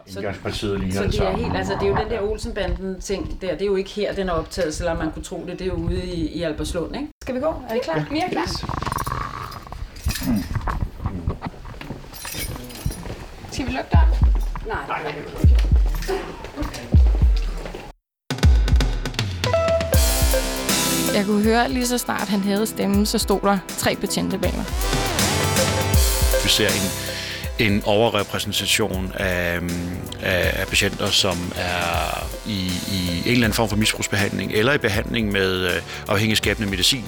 Indgangspartiet ligner så det det er sammen. helt, altså det er jo den der Olsenbanden-ting der, det er jo ikke her, den er optaget, selvom man kunne tro det, det er jo ude i Albertslund, ikke? Skal vi gå? Er I klar? Ja. Vi er klar. Skal vi lukke døren? Nej. Jeg kunne høre, lige så snart han havde stemmen, så stod der 3 betjente bag mig. Vi ser en overrepræsentation af patienter, som er i en eller anden form for misbrugsbehandling, eller i behandling med afhængighedsskabende medicin.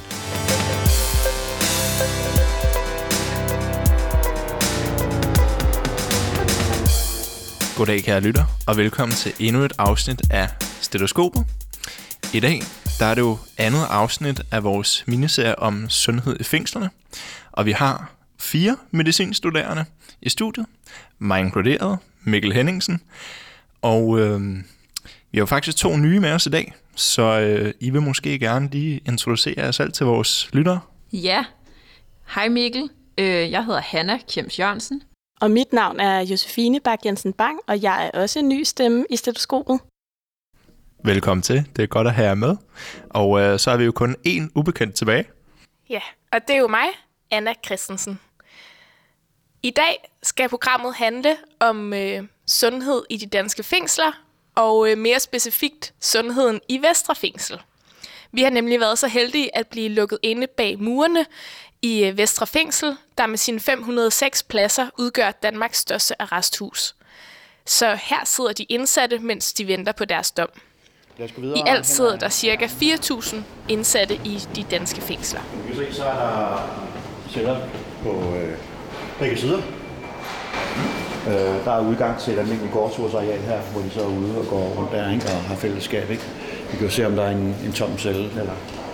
Goddag kære lytter, og velkommen til endnu et afsnit af Stetoskopet. I dag der er det jo andet afsnit af vores miniserie om sundhed i fængslerne, og vi har 4 medicinstuderende i studiet, mig inkluderet, Mikkel Henningsen, og vi har jo faktisk 2 nye med os i dag, så I vil måske gerne lige introducere jer selv til vores lyttere. Ja, hej Mikkel. Jeg hedder Hanna Kjems Jørgensen. Og mit navn er Josefine Bak Jensen Bang, og jeg er også en ny stemme i Stetoskopet. Velkommen til, det er godt at have jer med. Og så har vi jo kun 1 ubekendt tilbage. Ja, og det er jo mig, Anna Christensen. I dag skal programmet handle om sundhed i de danske fængsler, og mere specifikt sundheden i Vestre Fængsel. Vi har nemlig været så heldige at blive lukket inde bag murene i Vestre Fængsel, der med sine 506 pladser udgør Danmarks største arresthus. Så her sidder de indsatte, mens de venter på deres dom. I alt sidder der ca. 4.000 indsatte i de danske fængsler. Vi kan se, så er der celler på begge sider. Der er udgang til et almindeligt gårdtursareal her, hvor de så er ude og går rundt der, ikke, og har fællesskab. Ikke? Vi kan jo se, om der er en tom celle eller.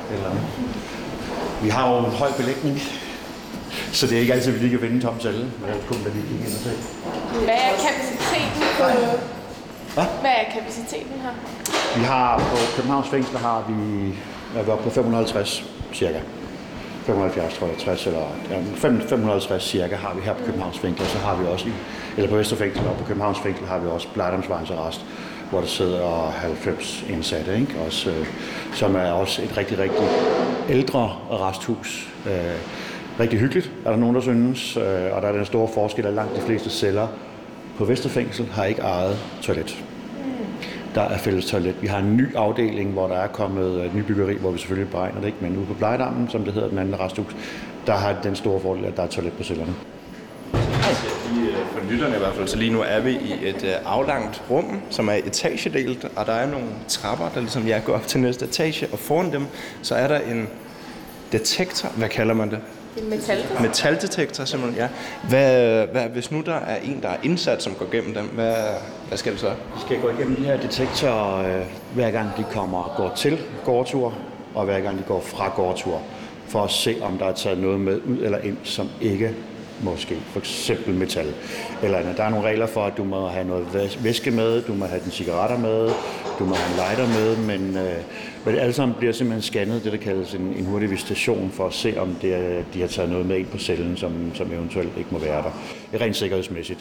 Vi har jo en høj belægning, så det er ikke altid, vi lige kan finde en tom celle. Men jeg kunne da lige ind og se. Hvad er kapaciteten på? Hvad er kapaciteten her? Vi har på Københavns Fængsel har vi er oppe på 550 cirka. 75, tror jeg, 60 eller 550 cirka har vi her på Københavns Fængsel, og så har vi også eller på Vestre Fængsel og på Københavns Fængsel har vi også Blejdomsvejens arrest, hvor der sidder 90 indsatte, ikke? Også, som er også et rigtig, rigtig ældre arresthus. Rigtig hyggeligt, er der nogen, der synes, og der er den store forskel, at langt de fleste celler på Vestre Fængsel har ikke eget toilet. Der er fælles toilet. Vi har en ny afdeling, hvor der er kommet et nyt byggeri, hvor vi selvfølgelig beregner det ikke, men ude på Blejdammen, som det hedder, den anden arresthus, der har den store fordel, at der er toilet på cellerne. For lytterne i hvert fald, så lige nu er vi i et aflangt rum, som er etagedelt, og der er nogle trapper, der ligesom jeg går op til næste etage, og foran dem, så er der en detektor, hvad kalder man det? En metaldetektor. Metaldetektor, simpelthen, ja. Hvad, hvis nu der er en, der er indsat, som går gennem dem, hvad skal det så? De skal gå igennem de her detektorer, hver gang de går til gårdtur, og hver gang de går fra gårdtur, for at se, om der er taget noget med ud eller ind, som ikke måske, for eksempel metal. Eller andet. Der er nogle regler for, at du må have noget væske med, du må have dine cigaretter med, du må have en lighter med, men alle sammen bliver simpelthen scannet, det der kaldes en hurtig visitation, for at se, om de har taget noget med ind på cellen, som eventuelt ikke må være der. Det er rent sikkerhedsmæssigt.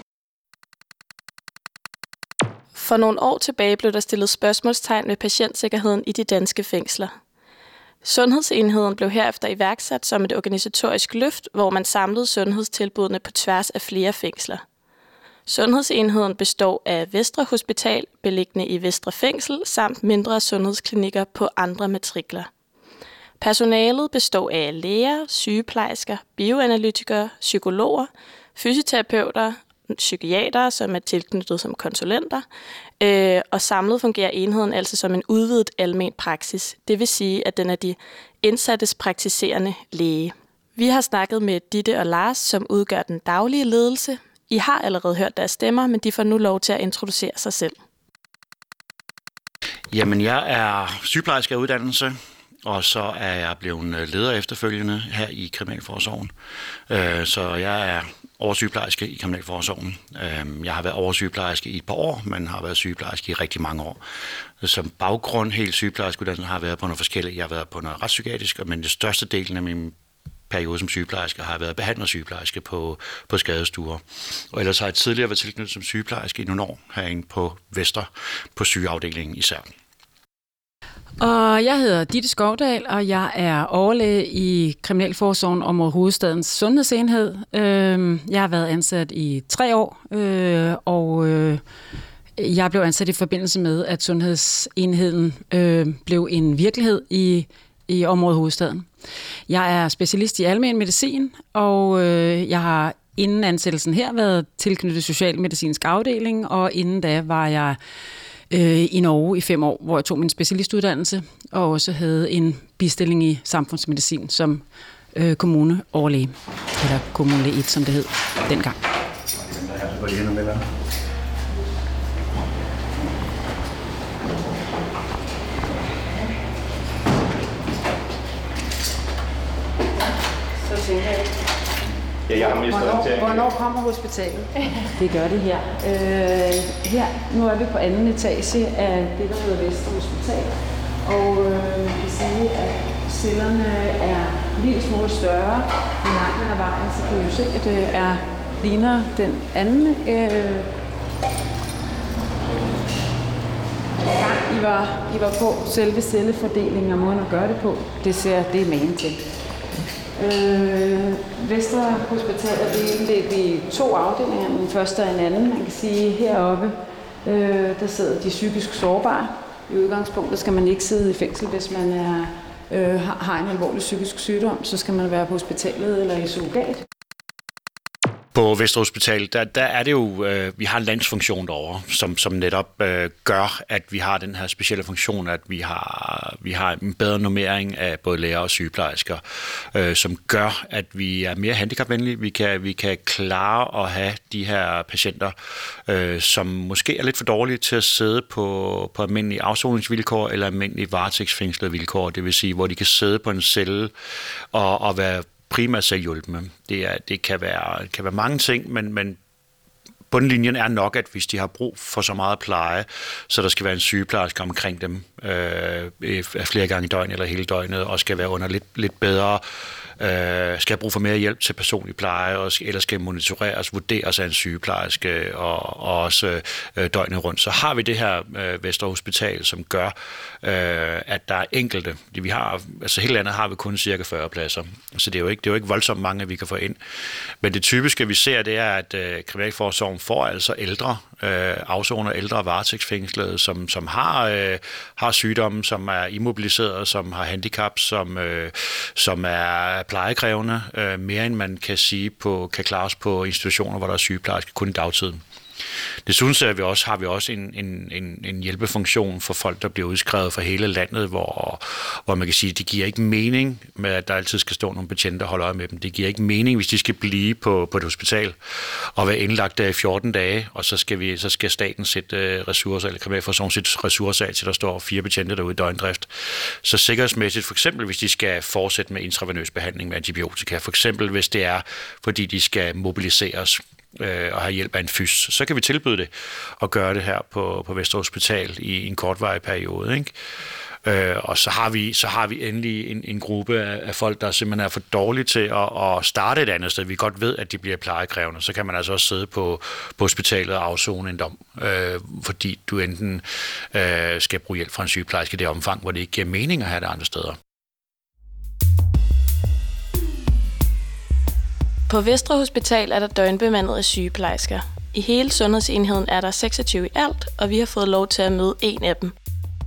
For nogle år tilbage blev der stillet spørgsmålstegn ved patientsikkerheden i de danske fængsler. Sundhedsenheden blev herefter iværksat som et organisatorisk løft, hvor man samlede sundhedstilbudene på tværs af flere fængsler. Sundhedsenheden består af Vestre Hospital, beliggende i Vestre Fængsel, samt mindre sundhedsklinikker på andre matrikler. Personalet består af læger, sygeplejersker, bioanalytikere, psykologer, fysioterapeuter, psykiatere, som er tilknyttet som konsulenter, og samlet fungerer enheden altså som en udvidet almen praksis. Det vil sige, at den er de indsattes praktiserende læge. Vi har snakket med Ditte og Lars, som udgør den daglige ledelse. I har allerede hørt deres stemmer, men de får nu lov til at introducere sig selv. Jamen, jeg er sygeplejerske af uddannelse, og så er jeg blevet leder efterfølgende her i Kriminalforsorgen. Så jeg er oversygeplejerske i Kriminalforsorgen. Jeg har været oversygeplejerske i et par år, men har været sygeplejerske i rigtig mange år. Som baggrund, helt sygeplejerskeuddannelse, har jeg været på noget forskelligt. Jeg har været på noget retspsykiatrisk, men det største delen af min periode som sygeplejerske har jeg været behandlersygeplejerske på skadestuer. Og ellers har jeg tidligere været tilknyttet som sygeplejerske i nogle år herinde på Vester, på sygeafdelingen især. Og jeg hedder Ditte Skovdal, og jeg er overlæge i Kriminalforsorgen Område Hovedstadens sundhedsenhed. Jeg har været ansat i 3 år, og jeg blev ansat i forbindelse med, at sundhedsenheden blev en virkelighed i Område Hovedstaden. Jeg er specialist i almen medicin, og jeg har inden ansættelsen her været tilknyttet socialmedicinsk afdeling, og inden da var jeg i Norge i 5 år, hvor jeg tog min specialistuddannelse, og også havde en bistilling i samfundsmedicin som kommuneoverlæge, eller kommunelæge 1, som det hed dengang. Så tænker jeg, hvornår kommer hospitalet? Det gør det her. Nu er vi på 2. etage af det, der hedder Vestre Hospital. Og man kan sige, at cellerne er lidt smule større. I langt af vejen, så kan vi jo se, at det ligner den anden gang, I var på selve cellefordelingen og måden at gøre det på. Det er magen til. Vestre Hospital er delt i 2 afdelinger, den første og en anden. Man kan sige, heroppe, der sidder de psykisk sårbare. I udgangspunktet skal man ikke sidde i fængsel, hvis man har en alvorlig psykisk sygdom. Så skal man være på hospitalet eller i surrogat. På Vestre Hospital, der er det jo, vi har en landsfunktion derovre, som netop gør, at vi har den her specielle funktion, at vi har en bedre normering af både læger og sygeplejersker, som gør, at vi er mere handicapvenlige. Vi kan klare at have de her patienter, som måske er lidt for dårlige til at sidde på almindelige afsoningsvilkår eller almindelige varetægtsfængslede vilkår, det vil sige, hvor de kan sidde på en celle og være primært selvhjulpende. Det kan være mange ting, men bundlinjen er nok, at hvis de har brug for så meget pleje, så der skal være en sygeplejerske omkring dem flere gange i døgnet eller hele døgnet, og skal være under lidt bedre, skal have brug for mere hjælp til personlig pleje, eller skal monitoreres, vurderes af en sygeplejerske, og også døgnet rundt. Så har vi det her Vestre Hospital, som gør, at der er enkelte. Vi har, altså hele landet har vi kun cirka 40 pladser, så det er jo ikke voldsomt mange, vi kan få ind. Men det typiske, vi ser, det er, at Kriminalforsorgen får altså ældre afsoner, ældre varetægtsfængslede, som har sygdomme, som er immobiliseret, som har handicap, som er plejekrævende, mere end man kan sige kan klares på institutioner, hvor der er sygeplejerske kun i dagtiden. Desuden har vi også en hjælpefunktion for folk, der bliver udskrevet fra hele landet, hvor man kan sige, at det giver ikke mening med, at der altid skal stå nogle betjente og holde øje med dem. Det giver ikke mening, hvis de skal blive på et hospital og være indlagt der i 14 dage, og så skal staten sætte ressourcer, eller Kriminalforsorgen sætte ressourcer af til, der står 4 betjente derude i døgndrift. Så sikkerhedsmæssigt, for eksempel hvis de skal fortsætte med intravenøs behandling med antibiotika, for eksempel hvis det er, fordi de skal mobiliseres, og have hjælp af en fys, så kan vi tilbyde det og gøre det her på Vestre Hospital i en kortvarig periode, ikke? Og så har vi endelig en gruppe af folk, der simpelthen er for dårlige til at starte et andet sted. Vi godt ved, at de bliver plejekrævende. Så kan man altså også sidde på hospitalet og afsone en dom, fordi du enten skal bruge hjælp fra en sygeplejerske i det omfang, hvor det ikke giver mening at have det andre steder. På Vestre Hospital er der døgnbemandet af sygeplejersker. I hele sundhedsenheden er der 26 i alt, og vi har fået lov til at møde en af dem.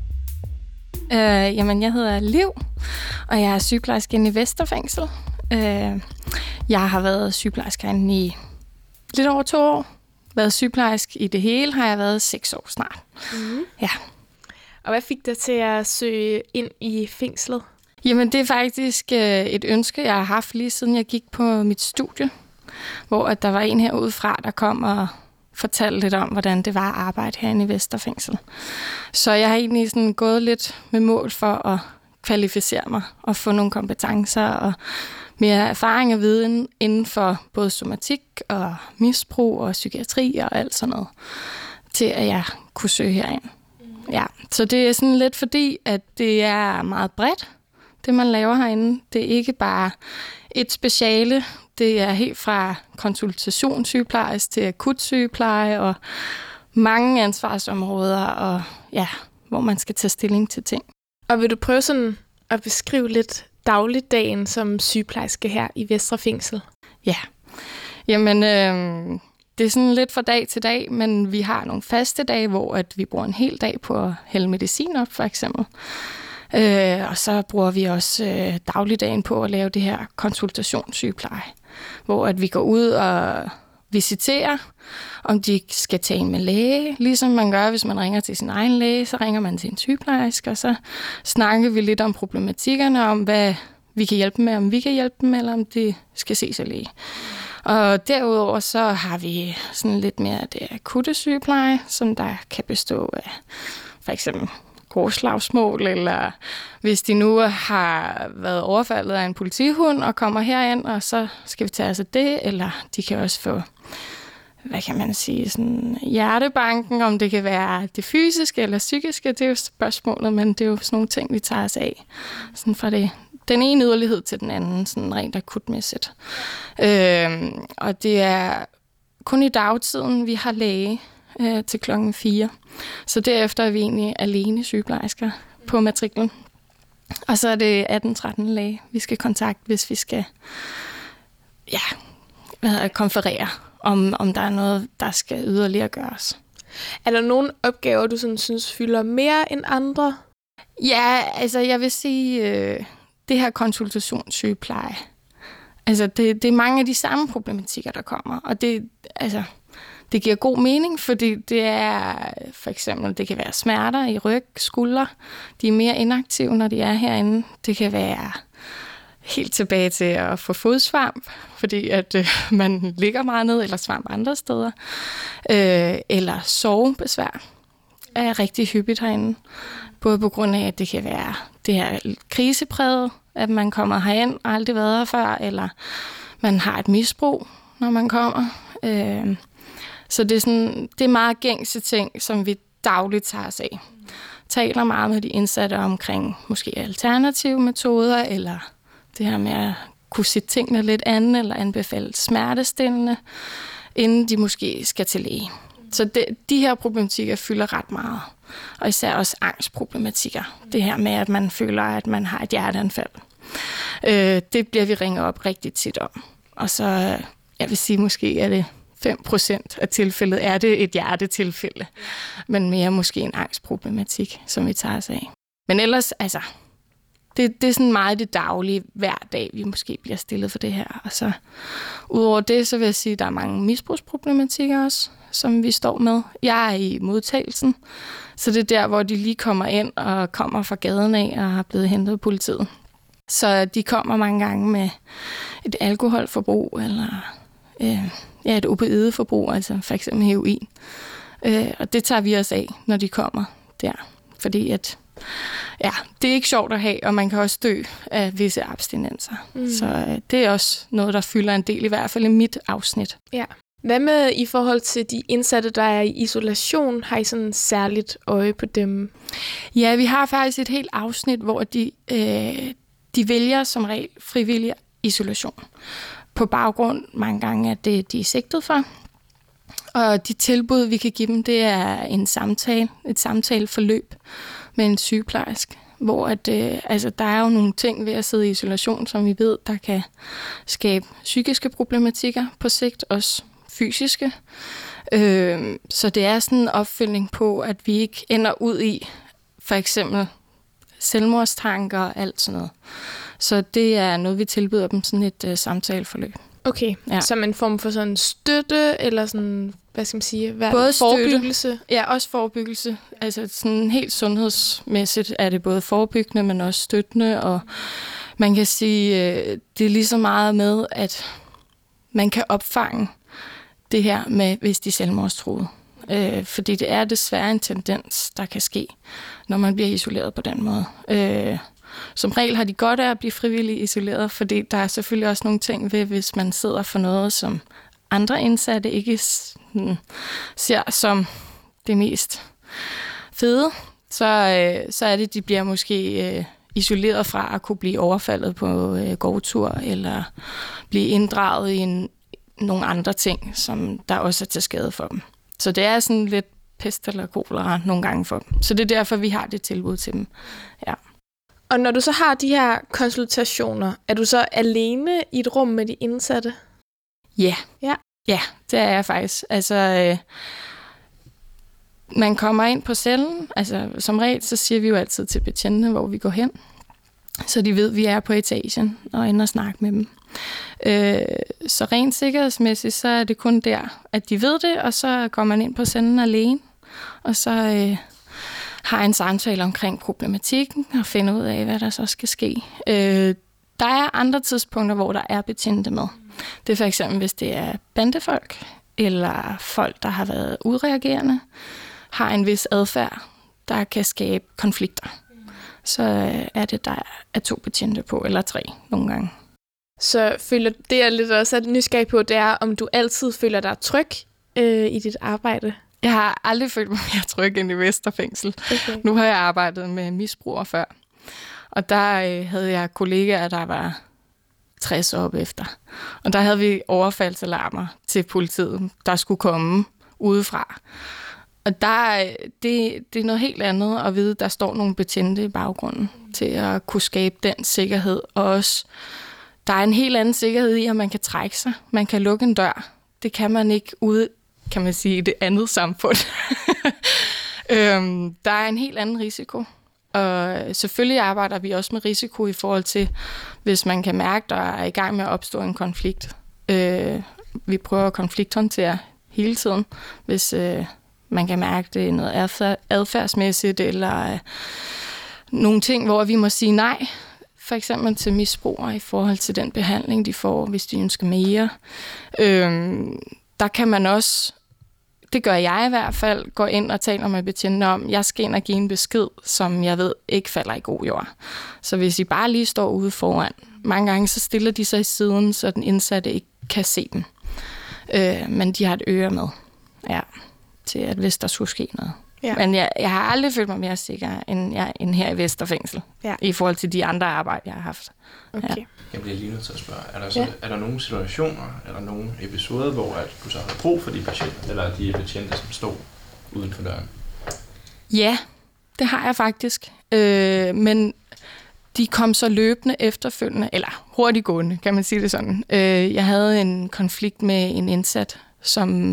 Jamen, jeg hedder Liv, og jeg er sygeplejerske inde i Vesterfængsel. Jeg har været sygeplejerske inde i lidt over 2 år. Været sygeplejerske i det hele har jeg været 6 år snart. Mm. Ja. Og hvad fik dig til at søge ind i fængslet? Jamen, det er faktisk et ønske, jeg har haft lige siden jeg gik på mit studie, hvor at der var en herudefra, der kom og fortalte lidt om, hvordan det var at arbejde herinde i Vesterfængsel. Så jeg har egentlig sådan gået lidt med mål for at kvalificere mig og få nogle kompetencer og mere erfaring og viden inden for både somatik og misbrug og psykiatri og alt sådan noget, til at jeg kunne søge herind. Ja, så det er sådan lidt fordi, at det er meget bredt, det man laver herinde. Det er ikke bare et speciale. Det er helt fra konsultationssygeplejerske til akutsygepleje og mange ansvarsområder, og ja, hvor man skal tage stilling til ting. Og vil du prøve sådan at beskrive lidt dagligdagen som sygeplejerske her i Vestre Fængsel? Ja, jamen det er sådan lidt fra dag til dag, men vi har nogle faste dage, hvor at vi bruger en hel dag på at hælde medicin op, for eksempel. Og så bruger vi også dagligdagen på at lave det her konsultationssygepleje, hvor at vi går ud og visiterer, om de skal tale med læge, ligesom man gør, hvis man ringer til sin egen læge, så ringer man til en sygeplejerske, og så snakker vi lidt om problematikkerne, om hvad vi kan hjælpe med, om vi kan hjælpe dem, eller om de skal ses af læge. Og derudover så har vi sådan lidt mere det akutte sygepleje, som der kan bestå af for eksempel gårdslagsmål, eller hvis de nu har været overfaldet af en politihund og kommer herind, og så skal vi tage os af det, eller de kan også få, hvad kan man sige, sådan hjertebanken, om det kan være det fysiske eller psykiske, det er jo spørgsmålet, men det er jo sådan nogle ting, vi tager os af, sådan fra den ene yderlighed til den anden, sådan rent akutmæssigt. Og det er kun i dagtiden, vi har læge til 4:00. Så derefter er vi egentlig alene sygeplejersker på matriklen. Og så er det 18-13 læge, vi skal kontakte, hvis vi skal konferere, om der er noget, der skal yderligere gøres. Er der nogle opgaver, du sådan synes fylder mere end andre? Ja, altså jeg vil sige, det her konsultationssygepleje, altså det er mange af de samme problematikker, der kommer. Og det giver god mening, fordi det er for eksempel, det kan være smerter i ryg, skulder. De er mere inaktive, når de er herinde. Det kan være helt tilbage til at få fodsvamp, fordi at man ligger meget ned, eller svamp andre steder. Eller sovebesvær er rigtig hyppigt herinde. Både på grund af, at det kan være det her krisepræget, at man kommer herind og aldrig været her før, eller man har et misbrug, når man kommer. Så det er meget gængse ting, som vi dagligt tager os af. Taler meget med de indsatte omkring måske alternative metoder, eller det her med at kunne se tingene lidt an, eller anbefale smertestillende, inden de måske skal til læge. Så de her problematikker fylder ret meget. Og især også angstproblematikker. Det her med, at man føler, at man har et hjerteanfald. Det bliver vi ringet op rigtig tit om. Og så, jeg vil sige, måske er det 5% af tilfældet er det et hjertetilfælde, men mere måske en angstproblematik, som vi tager os af. Men ellers, altså, det er sådan meget det daglige hver dag, vi måske bliver stillet for det her. Og så udover det, så vil jeg sige, at der er mange misbrugsproblematikker også, som vi står med. Jeg er i modtagelsen, så det er der, hvor de lige kommer ind og kommer fra gaden af og har blevet hentet af politiet. Så de kommer mange gange med et alkoholforbrug eller et opioideforbrug, altså for eksempel heroin. Og det tager vi os af, når de kommer der. Fordi at, det er ikke sjovt at have, og man kan også dø af visse abstinenser. Så det er også noget, der fylder en del, i hvert fald i mit afsnit. Ja. Hvad med i forhold til de indsatte, der er i isolation? Har I sådan særligt øje på dem? Ja, vi har faktisk et helt afsnit, hvor de vælger som regel frivillig isolation. På baggrund mange gange af det, de er sigtet for. Og de tilbud, vi kan give dem, det er et samtaleforløb med en sygeplejerske, hvor der er jo nogle ting ved at sidde i isolation, som vi ved, der kan skabe psykiske problematikker på sigt, også fysiske. Så det er sådan en opfølgning på, at vi ikke ender ud i for eksempel selvmordstanker og alt sådan noget. Så det er noget, vi tilbyder dem, sådan et samtaleforløb. Okay, som en form for sådan støtte, eller sådan, hvad skal man sige, både forebyggelse? Støtte, ja, også forebyggelse. Altså sådan helt sundhedsmæssigt er det både forebyggende, men også støttende, og man kan sige, det er lige så meget med, at man kan opfange det her med, hvis de er selvmordstruede. Fordi det er desværre en tendens, der kan ske, når man bliver isoleret på den måde. Som regel har de godt af at blive frivilligt isoleret, fordi der er selvfølgelig også nogle ting ved, hvis man sidder for noget, som andre indsatte ikke ser som det mest fede, så er det, de bliver måske isoleret fra at kunne blive overfaldet på gårdtur, eller blive inddraget i nogle andre ting, som der også er til skade for dem. Så det er sådan lidt pest eller kolera nogle gange for dem. Så det er derfor, vi har det tilbud til dem. Ja. Og når du så har de her konsultationer, er du så alene i et rum med de indsatte? Ja. Ja. Ja, det er jeg faktisk. Altså, man kommer ind på cellen. Altså, som regel, så siger vi jo altid til betjentene, hvor vi går hen. Så de ved, at vi er på etagen og ender og snakke med dem. Så rent sikkerhedsmæssigt, så er det kun der, at de ved det, og så går man ind på cellen alene. Og så har en samtale omkring problematikken og finder ud af, hvad der så skal ske. Der er andre tidspunkter, hvor der er betjente med. Det er for eksempel, hvis det er bandefolk, eller folk, der har været udreagerende, har en vis adfærd, der kan skabe konflikter. Så er det, der er 2 betjente på, eller 3 nogle gange. Så føler det, jeg lidt også er nysgerrig på, det er, om du altid føler dig tryg i dit arbejde? Jeg har aldrig følt mig mere tryg end i Vesterfængsel. Okay. Nu har jeg arbejdet med misbrugere før. Og der havde jeg kollegaer, der var 60 op efter. Og der havde vi overfaldsalarmer til politiet, der skulle komme udefra. Og det er noget helt andet at vide, at der står nogle betjente i baggrunden til at kunne skabe den sikkerhed. Og også, der er en helt anden sikkerhed i, at man kan trække sig. Man kan lukke en dør. Det kan man ikke ude, kan man sige, i det andet samfund. Der er en helt anden risiko. Og selvfølgelig arbejder vi også med risiko i forhold til, hvis man kan mærke, der er i gang med at opstå en konflikt. Vi prøver at konflikthåndtere hele tiden, hvis man kan mærke, det er noget adfærdsmæssigt, eller nogle ting, hvor vi må sige nej, for eksempel til misbrugere i forhold til den behandling, de får, hvis de ønsker mere. Der kan man også, det gør jeg i hvert fald, gå ind og taler med betjentene om, jeg skal ind og give en besked, som jeg ved ikke falder i god jord. Så hvis I bare lige står ude foran, mange gange så stiller de sig i siden, så den indsatte ikke kan se dem. Men de har et øre med, ja, til at hvis der skulle ske noget. Ja. Men jeg har aldrig følt mig mere sikker end her i Vesterfængsel, i forhold til de andre arbejde, jeg har haft. Okay. Ja. Jeg bliver lige nødt til at spørge, er der nogle situationer, eller nogle episoder, hvor at du så har brug for de patienter, eller de betjente, som står uden for døren? Ja, det har jeg faktisk. Men de kom så løbende efterfølgende, eller hurtiggående, kan man sige det sådan. Jeg havde en konflikt med en indsat, som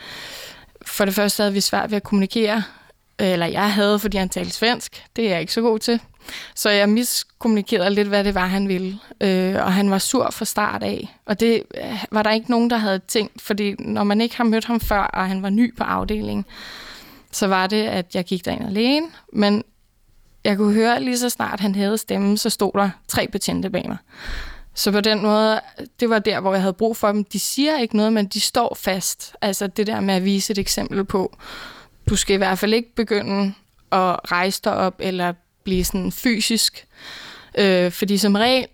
for det første havde vi svært ved at kommunikere, eller jeg havde, fordi han talte svensk. Det er jeg ikke så god til. Så jeg miskommunikerede lidt, hvad det var, han ville. Og han var sur fra start af. Og det var der ikke nogen, der havde tænkt, fordi når man ikke har mødt ham før, og han var ny på afdelingen, så var det, at jeg gik derind alene. Men jeg kunne høre, lige så snart han havde stemmen, så stod der 3 betjente bag mig. Så på den måde, det var der, hvor jeg havde brug for dem. De siger ikke noget, men de står fast. Altså det der med at vise et eksempel på, du skal i hvert fald ikke begynde at rejse dig op, eller blive sådan fysisk. Fordi som regel,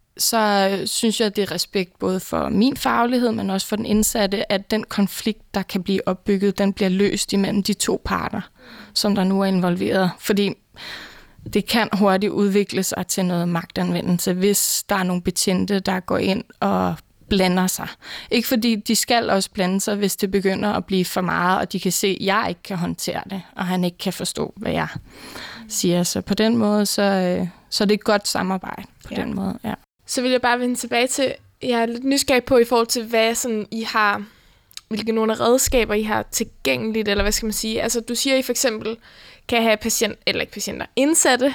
så synes jeg, det er respekt både for min faglighed, men også for den indsatte, at den konflikt, der kan blive opbygget, den bliver løst imellem de 2 parter, som der nu er involveret. Fordi det kan hurtigt udvikle sig til noget magtanvendelse, hvis der er nogle betjente, der går ind og blander sig. Ikke fordi de skal også blande sig, hvis det begynder at blive for meget, og de kan se, at jeg ikke kan håndtere det, og han ikke kan forstå, hvad jeg siger. Så på den måde, så er det et godt samarbejde på den måde. Ja. Så vil jeg bare vende tilbage til, jeg er lidt nysgerrig på i forhold til, hvad sådan, I har, hvilke nogle af redskaber I har tilgængeligt, eller hvad skal man sige. Altså du siger, I for eksempel kan have indsatte,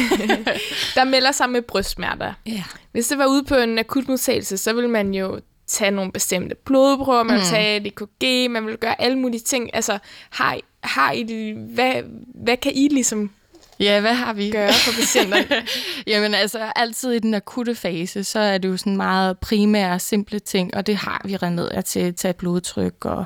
der melder sig med brystsmerter. Yeah. Hvis det var ude på en akutmodtagelse, så vil man jo tage nogle bestemte blodprøver, man vil tage et EKG, man vil gøre alle mulige ting. Altså, har I hvad kan I ligesom hvad har vi gøre for patienterne? Jamen altså, altid i den akutte fase, så er det jo sådan meget primære, simple ting, og det har vi remedier til at tage blodtryk og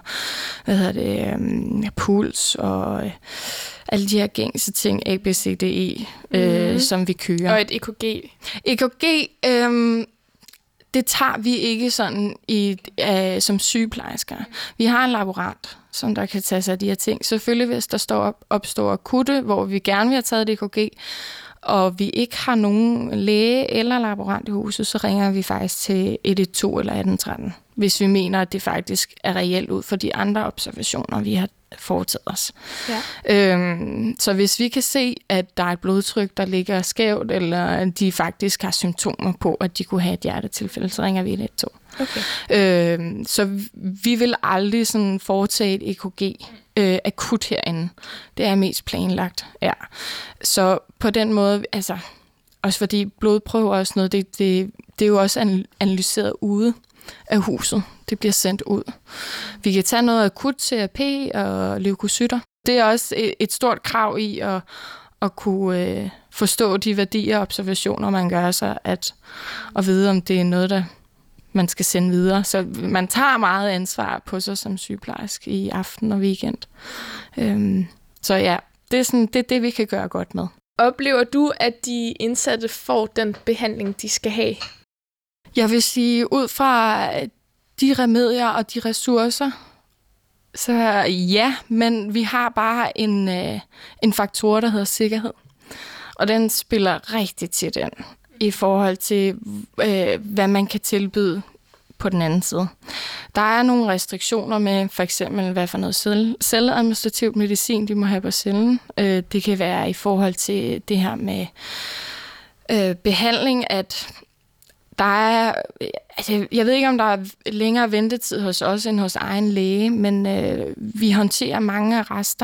puls og alle de her gængse ting, A, B, C, D, E, som vi kører. Og et EKG? EKG, det tager vi ikke sådan som sygeplejersker. Vi har en laborant, som der kan tage sig af de her ting. Selvfølgelig, hvis der opstår akutte, hvor vi gerne vil have taget et EKG, og vi ikke har nogen læge eller laborant i huset, så ringer vi faktisk til 112 eller 1813, hvis vi mener, at det faktisk er reelt ud for de andre observationer, vi har foretaget os. Ja. Så hvis vi kan se, at der er et blodtryk, der ligger skævt, eller at de faktisk har symptomer på, at de kunne have et hjertetilfælde, så ringer vi 112. Okay. Så vi vil aldrig sådan foretage et EKG akut herinde. Det er mest planlagt. Ja. Så på den måde, altså også fordi blodprøver og sådan noget, det er jo også analyseret ude af huset. Det bliver sendt ud. Vi kan tage noget akut terapi og leukocytter. Det er også et stort krav i at kunne forstå de værdier og observationer, man gør sig, at vide, om det er noget, der man skal sende videre. Så man tager meget ansvar på sig som sygeplejerske i aften og weekend. Så ja, det er det, vi kan gøre godt med. Oplever du, at de indsatte får den behandling, de skal have? Jeg vil sige, ud fra de remedier og de ressourcer, så ja, men vi har bare en faktor, der hedder sikkerhed. Og den spiller rigtig tit ind i forhold til, hvad man kan tilbyde på den anden side. Der er nogle restriktioner med for eksempel, hvad for noget celleadministrativt medicin, de må have på cellen. Det kan være i forhold til det her med behandling, at der er, altså jeg ved ikke, om der er længere ventetid hos os end hos egen læge, men vi håndterer mange arrester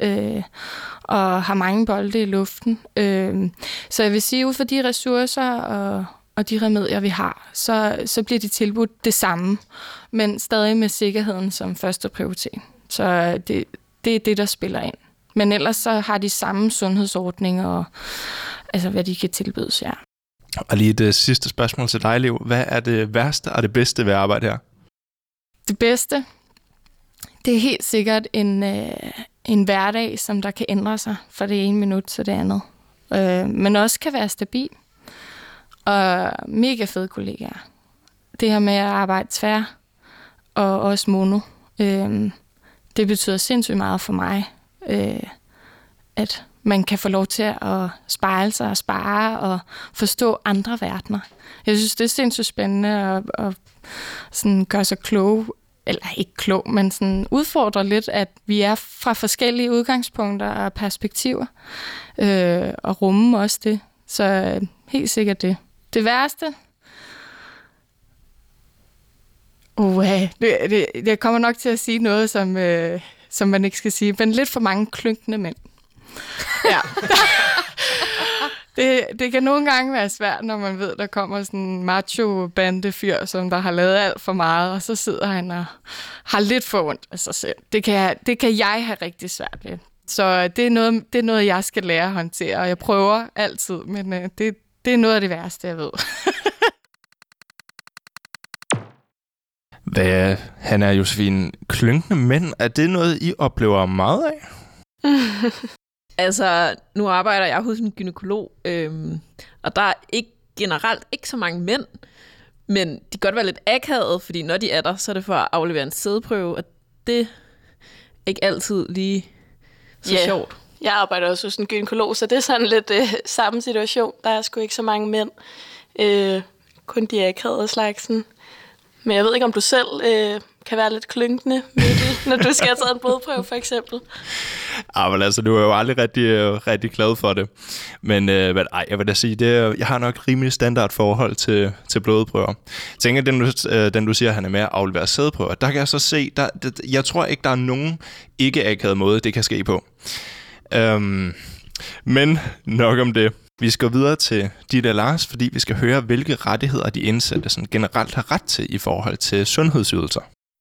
og har mange bolde i luften. Så jeg vil sige, ud fra de ressourcer og de remedier, vi har, så bliver de tilbudt det samme, men stadig med sikkerheden som første prioritet. Så det er det, der spiller ind. Men ellers så har de samme sundhedsordninger og altså, hvad de kan tilbydes, ja. Og lige det sidste spørgsmål til dig, Liv. Hvad er det værste og det bedste ved at arbejde her? Det bedste, det er helt sikkert en hverdag, som der kan ændre sig fra det ene minut til det andet. Men også kan være stabil. Og mega fede kollegaer. Det her med at arbejde tvær og også mono, det betyder sindssygt meget for mig, at man kan få lov til at spejle sig og spare og forstå andre verdener. Jeg synes, det er sindssygt spændende at sådan gøre sig klog, eller ikke klog, men sådan udfordre lidt, at vi er fra forskellige udgangspunkter og perspektiver, og rumme også det. Så helt sikkert det. Det værste? Jeg kommer nok til at sige noget, som man ikke skal sige, men lidt for mange klynkende mænd. Ja. Det kan nogle gange være svært, når man ved, der kommer sådan en macho-bandefyr, som der har lavet alt for meget, og så sidder han og har lidt for ondt af sig selv. Det kan jeg have rigtig svært ved. Så det er noget, jeg skal lære at håndtere, og jeg prøver altid, men det er noget af det værste, jeg ved. Hvad, Hanna og Josefine, klynkende mænd, er det noget, I oplever meget af? Altså, nu arbejder jeg hos en gynekolog, og der er generelt ikke så mange mænd, men de kan godt være lidt akavet, fordi når de er der, så er det for at aflevere en sædprøve, og det er ikke altid lige så sjovt. Jeg arbejder også hos en gynekolog, så det er sådan lidt samme situation. Der er sgu ikke så mange mænd, kun de akavede slagsen. Men jeg ved ikke, om du selv kan være lidt klynkende, når du skal have taget en blodprøve, for eksempel. Men altså, du er jo aldrig rigtig glad for det. Men jeg vil da sige, jeg har nok rimelig standard forhold til blodprøver. Jeg tænker, den du siger, han er med at aflevere sædprøver, der kan jeg så se, jeg tror ikke, der er nogen ikke-akavet måde, det kan ske på. Men nok om det. Vi skal videre til Ditte og Lars, fordi vi skal høre, hvilke rettigheder de indsatte sådan generelt har ret til i forhold til sundhedsydelser.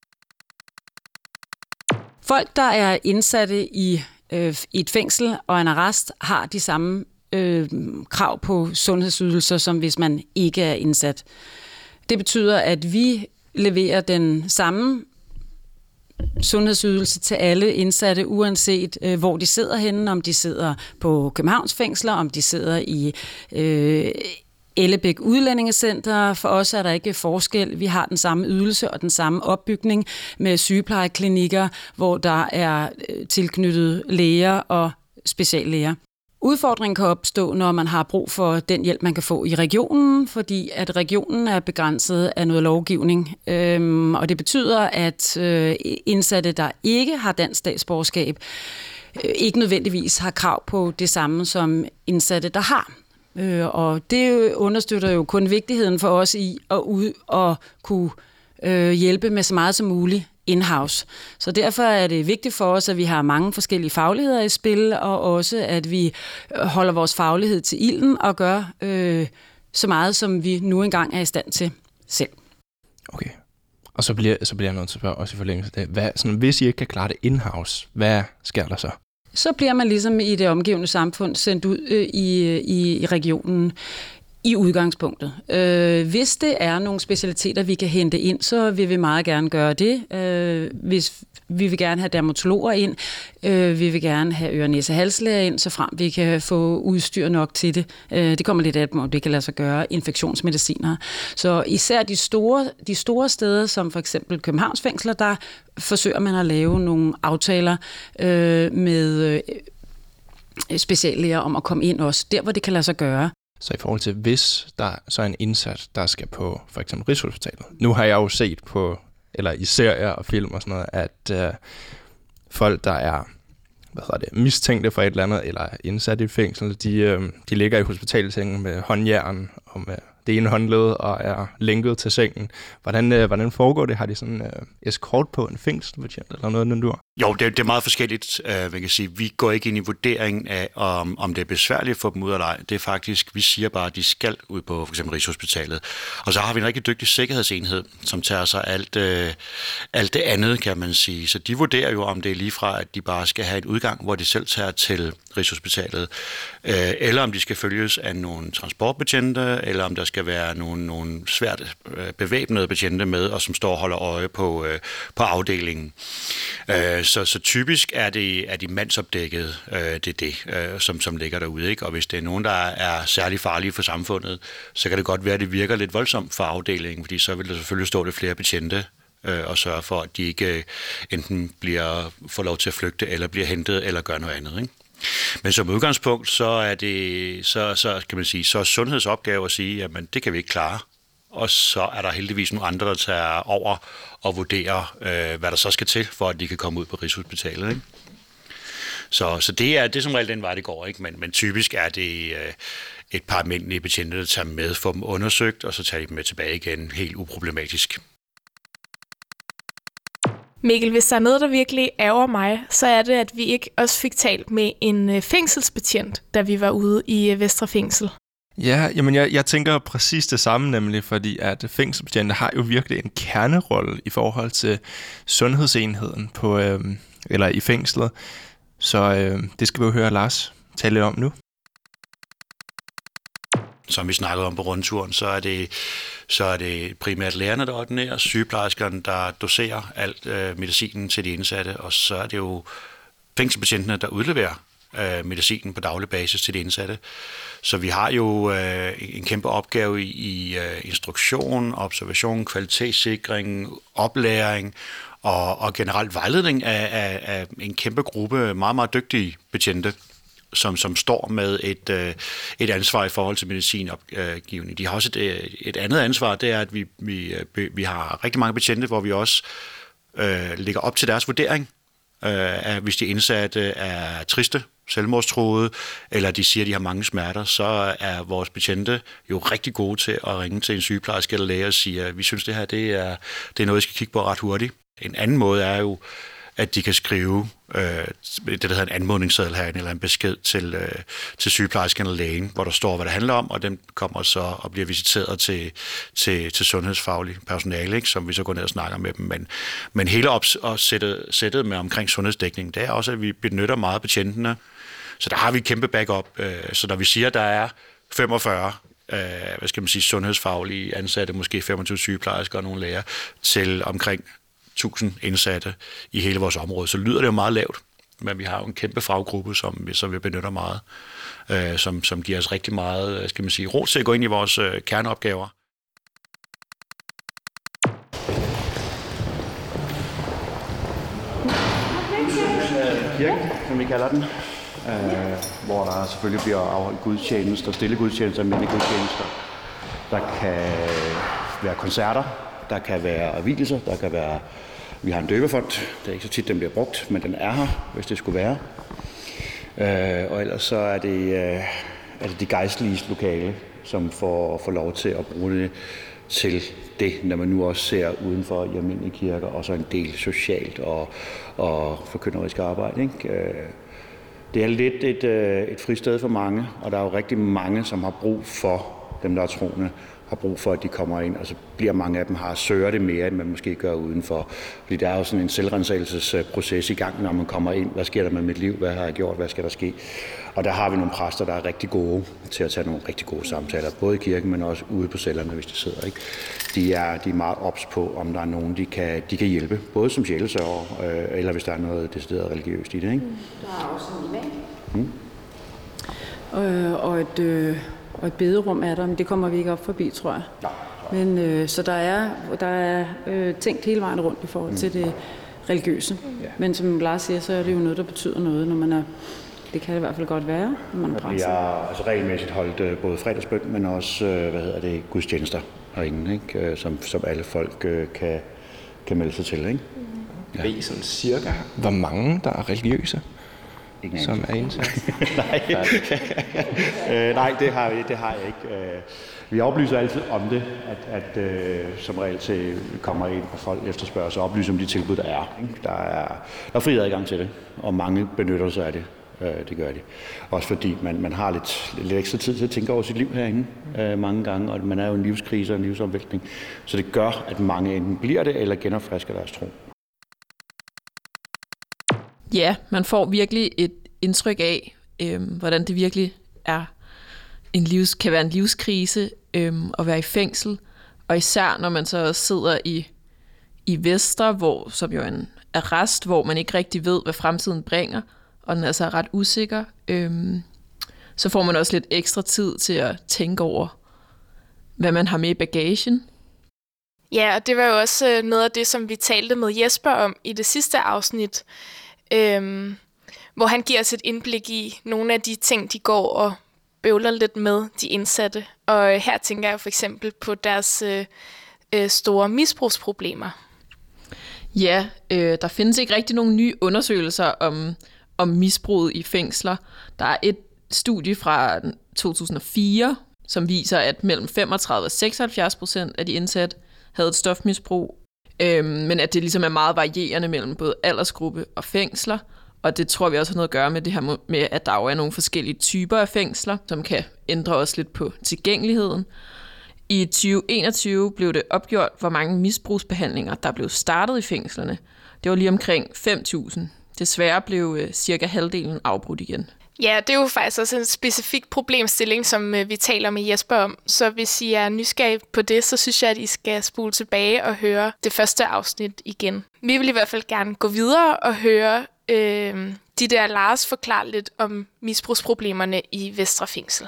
Folk, der er indsatte i et fængsel og en arrest, har de samme krav på sundhedsydelser, som hvis man ikke er indsat. Det betyder, at vi leverer den samme sundhedsydelse til alle indsatte, uanset hvor de sidder henne, om de sidder på Københavns fængsler, om de sidder i Ellebæk Udlændingecenter. For os er der ikke forskel. Vi har den samme ydelse og den samme opbygning med sygeplejeklinikker, hvor der er tilknyttet læger og speciallæger. Udfordringen kan opstå, når man har brug for den hjælp, man kan få i regionen, fordi at regionen er begrænset af noget lovgivning. Og det betyder, at indsatte, der ikke har dansk statsborgerskab, ikke nødvendigvis har krav på det samme som indsatte, der har. Og det understøtter jo kun vigtigheden for os i at kunne hjælpe med så meget som muligt in-house. Så derfor er det vigtigt for os, at vi har mange forskellige fagligheder i spil, og også at vi holder vores faglighed til ilden og gør så meget, som vi nu engang er i stand til selv. Okay. Og så bliver jeg nødt til at spørge også i forlængelse af det. Hvis I ikke kan klare det in-house, hvad sker der så? Så bliver man ligesom i det omgivende samfund sendt ud i regionen i udgangspunktet. Hvis det er nogle specialiteter, vi kan hente ind, så vil vi meget gerne gøre det. Hvis vi vil gerne have dermatologer ind, vi vil gerne have øre-næse-halslæger ind, så frem vi kan få udstyr nok til det. Det kommer lidt af, om det kan lade sig gøre, infektionsmediciner. Så især de store steder, som for eksempel Københavns fængsler, der forsøger man at lave nogle aftaler med speciallæger om at komme ind også, der hvor det kan lade sig gøre. Så i forhold til, hvis der så er en indsat, der skal på for eksempel Rigshospitalet. Nu har jeg jo set på, eller i serier og film og sådan noget, at folk, der er mistænkte for et eller andet, eller indsat i fængsel, de ligger i hospitalsengen med håndjern og med det ene håndled og er lænket til sengen. Hvordan foregår det? Har de sådan eskort på en fængselsbetjent eller noget, den dur? Jo, det er meget forskelligt. Man kan sige, vi går ikke ind i vurderingen af, om det er besværligt for dem ud eller ej. Det er faktisk, vi siger bare, at de skal ud på for eksempel Rigshospitalet. Og så har vi en rigtig dygtig sikkerhedsenhed, som tager sig alt det andet, kan man sige. Så de vurderer jo, om det er lige fra, at de bare skal have en udgang, hvor de selv tager til Rigshospitalet, eller om de skal følges af nogle transportbetjente, eller om der skal være nogle svært bevæbnede betjente med, og som står og holder øje på afdelingen. Så typisk er de mandsopdækket, som ligger derude, ikke? Og hvis det er nogen, der er særlig farlige for samfundet, så kan det godt være, at det virker lidt voldsomt for afdelingen, fordi så vil der selvfølgelig stå lidt flere betjente og sørge for, at de ikke enten får lov til at flygte, eller bliver hentet, eller gør noget andet, ikke? Men som udgangspunkt, så er det, så kan man sige, så er sundhedsopgave at sige, jamen det kan vi ikke klare. Og så er der heldigvis nogle andre, der tager over og vurderer, hvad der så skal til, for at de kan komme ud på Rigshospitalet, ikke? Så det er som regel den vej, det går, ikke? Men typisk er det et par almindelige betjente, der tager med, får dem undersøgt, og så tager de dem med tilbage igen, helt uproblematisk. Mikkel, hvis der er noget, der virkelig ærger mig, så er det, at vi ikke også fik talt med en fængselsbetjent, da vi var ude i Vestre Fængsel. Ja, jamen jeg tænker præcis det samme, nemlig fordi at fængselsbetjente har jo virkelig en kernerolle i forhold til sundhedsenheden på eller i fængslet. Så det skal vi jo høre Lars tale lidt om nu. Som vi snakkede om på rundturen, så er det primært lærerne, der ordinerer, sygeplejerskerne, der doserer alt medicinen til de indsatte, og så er det jo fængselsbetjentene, der udleverer medicinen på daglig basis til de indsatte. Så vi har jo en kæmpe opgave i instruktion, observation, kvalitetssikring, oplæring og generelt vejledning af en kæmpe gruppe meget, meget dygtige betjente, som står med et ansvar i forhold til medicinopgivning. De har også et andet ansvar, det er, at vi har rigtig mange betjente, hvor vi også lægger op til deres vurdering, hvis de indsatte er triste, selvmordstruede, eller de siger, at de har mange smerter, så er vores betjente jo rigtig gode til at ringe til en sygeplejerske eller læge og sige, at vi synes, det her det er noget, I skal kigge på ret hurtigt. En anden måde er jo, at de kan skrive det, der hedder en anmodningsseddel herinde, eller en besked til sygeplejersken eller lægen, hvor der står, hvad det handler om, og den kommer så og bliver visiteret til sundhedsfaglig personale, ikke, som vi så går ned og snakker med dem. Men hele sættet med omkring sundhedsdækning, det er også, at vi benytter meget betjentene. Så der har vi et kæmpe backup. Så når vi siger, at der er 45 sundhedsfaglige ansatte, måske 25 sygeplejersker og nogle læger, til omkring 1000 indsatte i hele vores område, så lyder det jo meget lavt, men vi har jo en kæmpe faggruppe, som vi benytter meget, som giver os rigtig meget, ro til at gå ind i vores kerneopgaver. Kirken, som vi kalder den. hvor der selvfølgelig bliver afholdt gudstjenester, stille gudstjenester, almindelige gudstjenester. Der kan være koncerter, der kan være vielser, der kan være... Vi har en døbefond, det er ikke så tit, den bliver brugt, men den er her, hvis det skulle være. Og ellers så er det de gejstliges lokale, som får lov til at bruge det til det, når man nu også ser udenfor i almindelige kirker, og så en del socialt og forkynderisk arbejde. Ikke? Det er lidt et fristed for mange, og der er jo rigtig mange, som har brug for, dem der er troende, har brug for, at de kommer ind, og så bliver mange af dem søger det mere, end man måske gør udenfor. Fordi der er jo sådan en selvrensagelsesproces i gang, når man kommer ind. Hvad sker der med mit liv? Hvad har jeg gjort? Hvad skal der ske? Og der har vi nogle præster, der er rigtig gode til at tage nogle rigtig gode samtaler, både i kirken, men også ude på cellerne, hvis de sidder. Ikke? De er meget ops på, om der er nogen, de kan hjælpe, både som sjælesørger, eller hvis der er noget decideret religiøst i det. Ikke? Der er også en imam. Og et bederum er der, men det kommer vi ikke op forbi, tror jeg. Nej. Men så der er tænkt hele vejen rundt i forhold til det religiøse. Ja. Men som Lars siger, så er det jo noget, der betyder noget, når man er... Det kan det i hvert fald godt være, når man er præst. Der bliver altså regelmæssigt holdt både fredagsbøn, men også gudstjenester herinde, ikke? Som alle folk kan melde sig til. Ikke? Ja. Ved I sådan cirka, hvor mange der er religiøse? Som er indsat? Nej, det har jeg ikke. Vi oplyser altid om det, at som regel til kommer ind, og folk efterspørger, så oplyser om de tilbud, der er. Ikke? Der er fri adgang til det, og mange benytter sig af det. Det gør de. Også fordi man har lidt ekstra tid til at tænke over sit liv herinde mange gange, og man er jo en livskrise og en livsomvæltning. Så det gør, at mange enten bliver det, eller genopfrisker deres tro. Ja, man får virkelig et indtryk af, hvordan det virkelig er kan være en livskrise at være i fængsel. Og især når man så sidder i Vestre, som jo er en arrest, hvor man ikke rigtig ved, hvad fremtiden bringer, og den er altså ret usikker, så får man også lidt ekstra tid til at tænke over, hvad man har med i bagagen. Ja, og det var jo også noget af det, som vi talte med Jesper om i det sidste afsnit, hvor han giver os et indblik i nogle af de ting, de går og bøvler lidt med, de indsatte. Og her tænker jeg for eksempel på deres store misbrugsproblemer. Ja, der findes ikke rigtig nogen nye undersøgelser om misbruget i fængsler. Der er et studie fra 2004, som viser, at mellem 35 og 76% af de indsatte havde et stofmisbrug, men at det ligesom er meget varierende mellem både aldersgruppe og fængsler, og det tror vi også har noget at gøre med det her med, at der jo er nogle forskellige typer af fængsler, som kan ændre os lidt på tilgængeligheden. I 2021 blev det opgjort, hvor mange misbrugsbehandlinger, der blev startet i fængslerne. Det var lige omkring 5.000. Desværre blev cirka halvdelen afbrudt igen. Ja, det er jo faktisk også en specifik problemstilling, som vi taler med Jesper om. Så hvis I er nysgerrige på det, så synes jeg, at I skal spole tilbage og høre det første afsnit igen. Vi vil i hvert fald gerne gå videre og høre de der Lars forklare lidt om misbrugsproblemerne i Vestre Fængsel.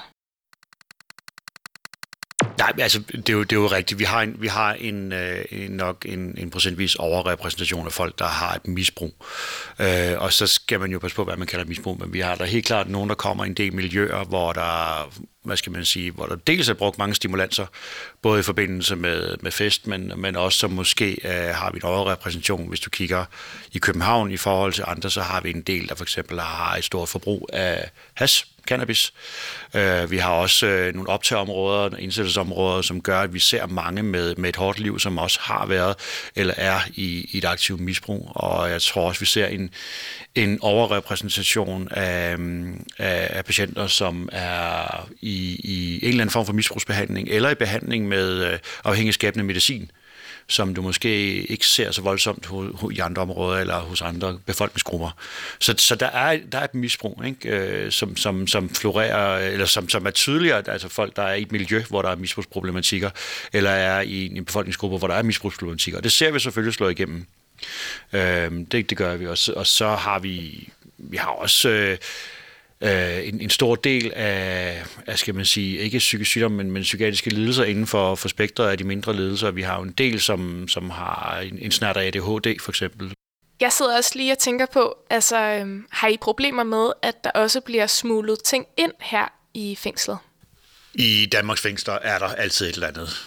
Nej, altså det er jo rigtigt. Vi har nok en procentvis overrepræsentation af folk, der har et misbrug. Og så skal man jo passe på, hvad man kalder misbrug, men vi har der helt klart nogen, der kommer i en del miljøer, hvor der, hvor der dels er brugt mange stimulanser, både i forbindelse med fest, men også som måske har vi en overrepræsentation. Hvis du kigger i København i forhold til andre, så har vi en del, der for eksempel har et stort forbrug af hash, cannabis. Vi har også nogle optageområder, indsættelsesområder, som gør, at vi ser mange med et hårdt liv, som også har været eller er i et aktivt misbrug. Og jeg tror også, vi ser en overrepræsentation af patienter, som er i en eller anden form for misbrugsbehandling, eller i behandling med afhængighedsskabende medicin, som du måske ikke ser så voldsomt i andre områder eller hos andre befolkningsgrupper. Så der er et misbrug, ikke? Som florerer, eller som er tydeligere, altså folk, der er i et miljø, hvor der er misbrugsproblematikker, eller er i en befolkningsgruppe, hvor der er misbrugsproblematikker. Og det ser vi selvfølgelig slå igennem. Det gør vi også. Og så har vi har også en stor del af, skal man sige, ikke psykisk sygdom, men psykiatriske lidelser inden for spektret af de mindre lidelser. Vi har jo en del, som har en snert af ADHD, for eksempel. Jeg sidder også lige og tænker på, altså har I problemer med, at der også bliver smuglet ting ind her i fængslet? I Danmarks fængsler er der altid et eller andet.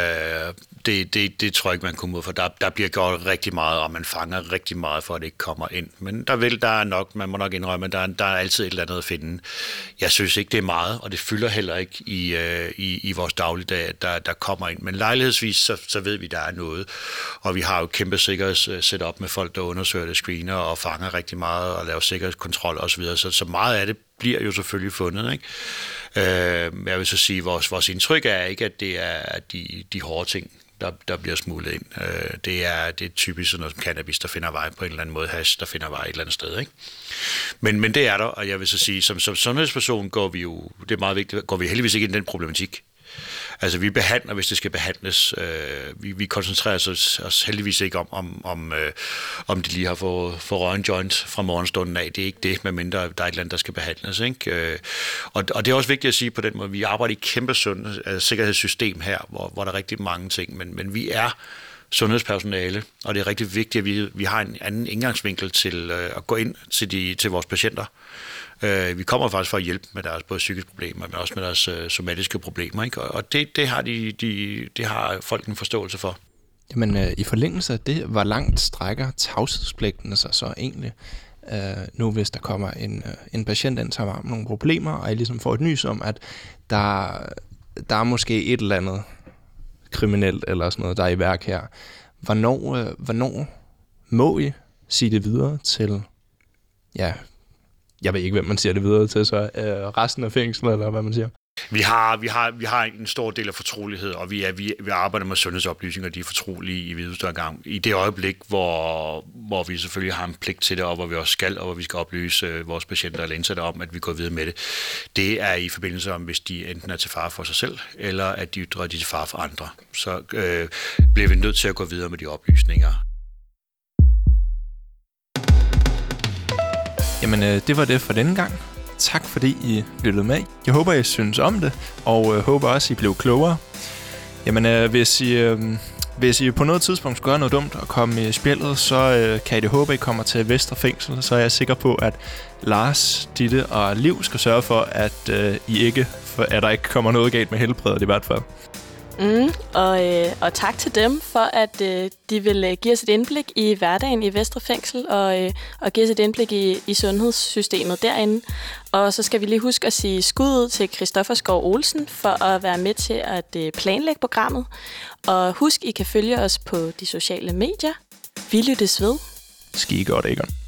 Det tror jeg ikke, man kommer ud for. Der bliver gjort rigtig meget, og man fanger rigtig meget, for at det ikke kommer ind. Men man må nok indrømme, at der er altid et eller andet at finde. Jeg synes ikke, det er meget, og det fylder heller ikke i vores dagligdag, at der kommer ind. Men lejlighedsvis, så ved vi, der er noget. Og vi har jo kæmpe sikkerhedssetup med folk, der undersøger det, screener og fanger rigtig meget og laver sikkerhedskontrol osv. Så meget af det bliver jo selvfølgelig fundet, ikke? Jeg vil så sige, at vores indtryk er ikke, at det er de hårde ting, der bliver smuglet ind. Det er typisk sådan noget som cannabis, der finder vej på en eller anden måde, hash, der finder vej et eller andet sted, ikke? Men det er der, og jeg vil så sige, som sundhedsperson går vi jo, det er meget vigtigt, går vi heldigvis ikke ind i den problematik. Altså, vi behandler, hvis det skal behandles. Vi koncentrerer os heldigvis ikke om de lige har fået røget en joint fra morgenstunden af. Det er ikke det, medmindre der er et eller andet, der skal behandles, ikke? Og det er også vigtigt at sige på den måde, vi arbejder i et kæmpe sikkerhedssystem her, hvor der er rigtig mange ting, men vi er sundhedspersonale, og det er rigtig vigtigt, at vi har en anden indgangsvinkel til at gå ind til vores patienter. Vi kommer faktisk for at hjælpe med deres både psykiske problemer, men også med deres somatiske problemer, ikke? Og det har folk en forståelse for. Jamen, i forlængelse af det, hvor langt strækker tavshedspligten sig så egentlig? Nu hvis der kommer en patient ind, der har nogle problemer, og I ligesom får et nys om, at der er måske et eller andet kriminelt eller sådan noget, der er i værk her. Hvornår må I sige det videre til, ja, jeg ved ikke, hvem man siger det videre til, så resten af fængslet, eller hvad man siger? Vi har en stor del af fortrolighed, og vi arbejder med sundhedsoplysninger, de er fortrolige i videst gang. I det øjeblik, hvor vi selvfølgelig har en pligt til det, og hvor vi også skal, og hvor vi skal oplyse vores patienter eller indsatte om, at vi går videre med det, det er i forbindelse om, hvis de enten er til fare for sig selv, eller at de ytrer de til fare for andre. Så bliver vi nødt til at gå videre med de oplysninger. Jamen, det var det for denne gang. Tak fordi I lyttede med. Jeg håber, I synes om det, og håber også, I blev klogere. Jamen, hvis I på noget tidspunkt skulle gøre noget dumt og komme i spjældet, så kan I det håbe, I kommer til Vestre Fængsel. Så er jeg sikker på, at Lars, Ditte og Liv skal sørge for, at at der ikke kommer noget galt med helbredet i hvert fald. Og tak til dem for, at de vil give os et indblik i hverdagen i Vestre Fængsel og give os et indblik i sundhedssystemet derinde. Og så skal vi lige huske at sige skud ud til Christoffer Skov Olsen for at være med til at planlægge programmet. Og husk, I kan følge os på de sociale medier. Vi lyttes ved. Skide godt, Egon.